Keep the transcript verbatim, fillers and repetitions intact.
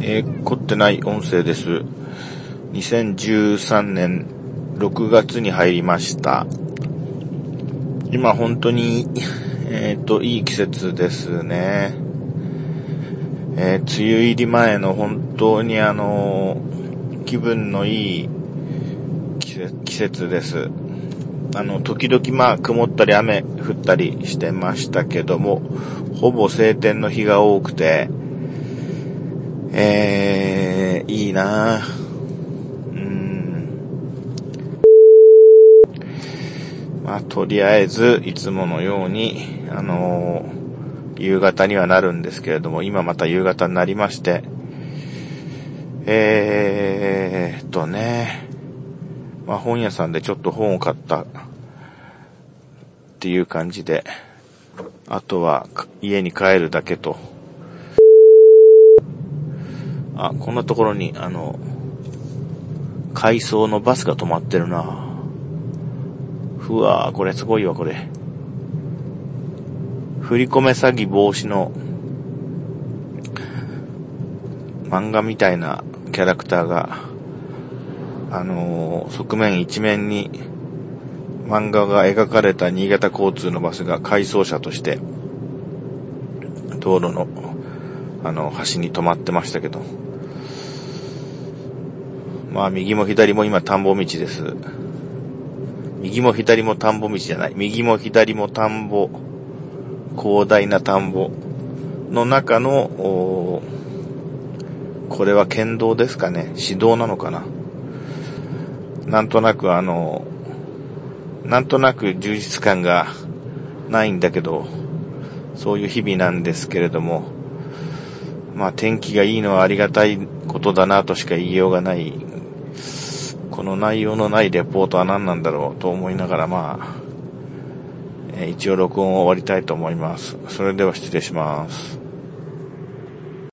えー、凝ってない音声です。にせんじゅうさんねんろくがつに入りました。今本当に、えーと、いい季節ですね。えー、梅雨入り前の本当にあの、気分のいい季節です。あの、時々まあ曇ったり雨降ったりしてましたけども、ほぼ晴天の日が多くて、えー、いいなぁ。うーん。まあ、とりあえず、いつものように、あのー、夕方にはなるんですけれども、今また夕方になりまして、えーっとね、まあ、本屋さんでちょっと本を買ったっていう感じで、あとは家に帰るだけと。あ、こんなところに、あの、回送のバスが止まってるな。ふわー、これすごいわ、これ。振り込め詐欺防止の漫画みたいなキャラクターが、あのー、側面一面に漫画が描かれた新潟交通のバスが回送車として道路のあの端に止まってましたけど、まあ右も左も今田んぼ道です。右も左も田んぼ道じゃない。右も左も田んぼ、広大な田んぼの中の、これは県道ですかね。市道なのかな。なんとなくあの、なんとなく充実感がないんだけど、そういう日々なんですけれども、まあ天気がいいのはありがたいことだなとしか言いようがない。この内容のないレポートは何なんだろうと思いながら、まあ、えー、一応録音を終わりたいと思います。それでは失礼します。